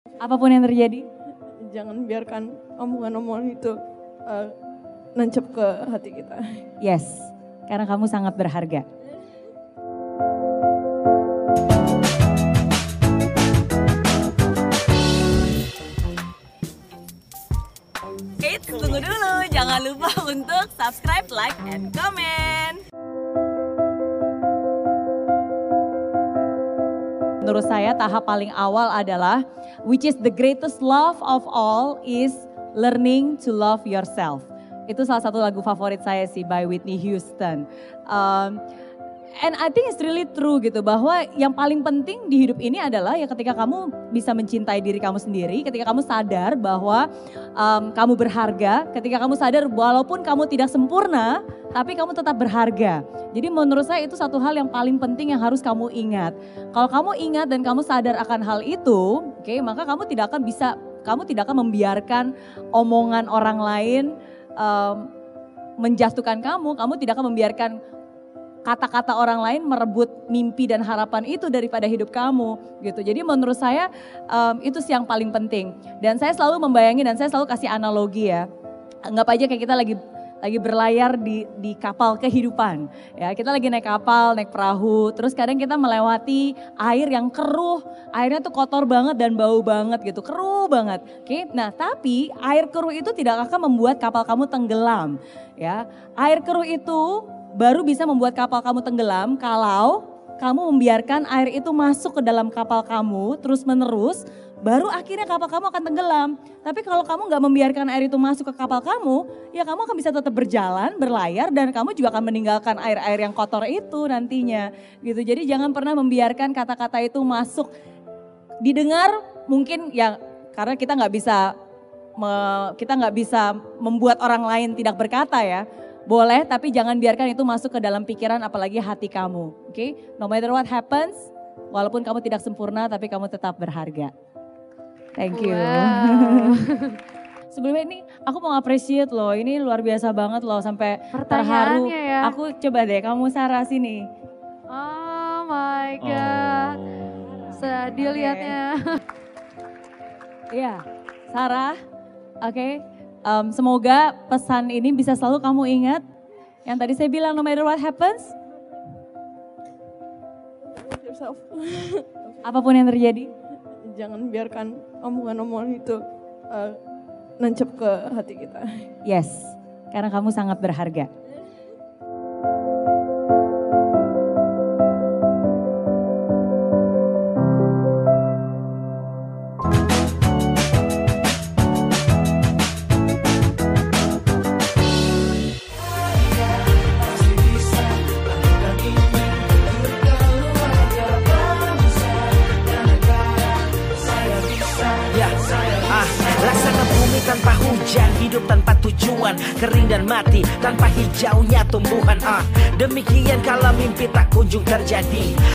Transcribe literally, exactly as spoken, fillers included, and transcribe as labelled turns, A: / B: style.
A: Apapun yang terjadi,
B: jangan biarkan omongan-omongan itu uh, nancep ke hati kita.
A: yes, karena kamu sangat berharga.
C: Eits, tunggu dulu, jangan lupa untuk subscribe, like, and comment.
A: Menurut saya tahap paling awal adalah which is the greatest love of all is learning to love yourself. Itu salah satu lagu favorit saya sih by Whitney Houston. Um, and I think it's really true gitu bahwa yang paling penting di hidup ini adalah ya ketika kamu bisa mencintai diri kamu sendiri, ketika kamu sadar bahwa um, kamu berharga, ketika kamu sadar walaupun kamu tidak sempurna, tapi kamu tetap berharga. Jadi menurut saya itu satu hal yang paling penting yang harus kamu ingat. Kalau kamu ingat dan kamu sadar akan hal itu, oke, okay, maka kamu tidak akan bisa, kamu tidak akan membiarkan omongan orang lain um, menjatuhkan kamu, kamu tidak akan membiarkan kata-kata orang lain merebut mimpi dan harapan itu daripada hidup kamu gitu. Jadi menurut saya um, itu sih yang paling penting. Dan saya selalu membayangi dan saya selalu kasih analogi ya. Anggap aja kayak kita lagi lagi berlayar di di kapal kehidupan. Ya, kita lagi naik kapal, naik perahu, terus kadang kita melewati air yang keruh, airnya tuh kotor banget dan bau banget gitu, keruh banget. Oke. Nah, tapi air keruh itu tidak akan membuat kapal kamu tenggelam, ya. Air keruh itu baru bisa membuat kapal kamu tenggelam kalau kamu membiarkan air itu masuk ke dalam kapal kamu terus menerus, baru akhirnya kapal kamu akan tenggelam. Tapi kalau kamu gak membiarkan air itu masuk ke kapal kamu, ya kamu akan bisa tetap berjalan, berlayar, dan kamu juga akan meninggalkan air-air yang kotor itu nantinya. Gitu. Jadi jangan pernah membiarkan kata-kata itu masuk, didengar mungkin ya karena kita gak bisa, me, kita nggak bisa membuat orang lain tidak berkata ya. Boleh, tapi jangan biarkan itu masuk ke dalam pikiran apalagi hati kamu. Oke, okay? No matter what happens, walaupun kamu tidak sempurna tapi kamu tetap berharga. Thank you.
D: Wow.
A: Sebelumnya ini aku mau appreciate loh, ini luar biasa banget loh sampai terharu.
D: Ya.
A: Aku coba deh kamu Sarah sini.
D: Oh my God. Oh. Sedih
A: okay.
D: liatnya.
A: Iya, Sarah, oke. Okay. Um, semoga pesan ini bisa selalu kamu ingat. Yang tadi saya bilang no matter what happens. Apapun yang terjadi.
B: Jangan biarkan omongan-omongan itu uh, nancep ke hati kita.
A: Yes, karena kamu sangat berharga.
E: Laksana bumi tanpa hujan, hidup tanpa tujuan, kering dan mati tanpa hijaunya tumbuhan. Ah, demikian kalau mimpi tak kunjung terjadi.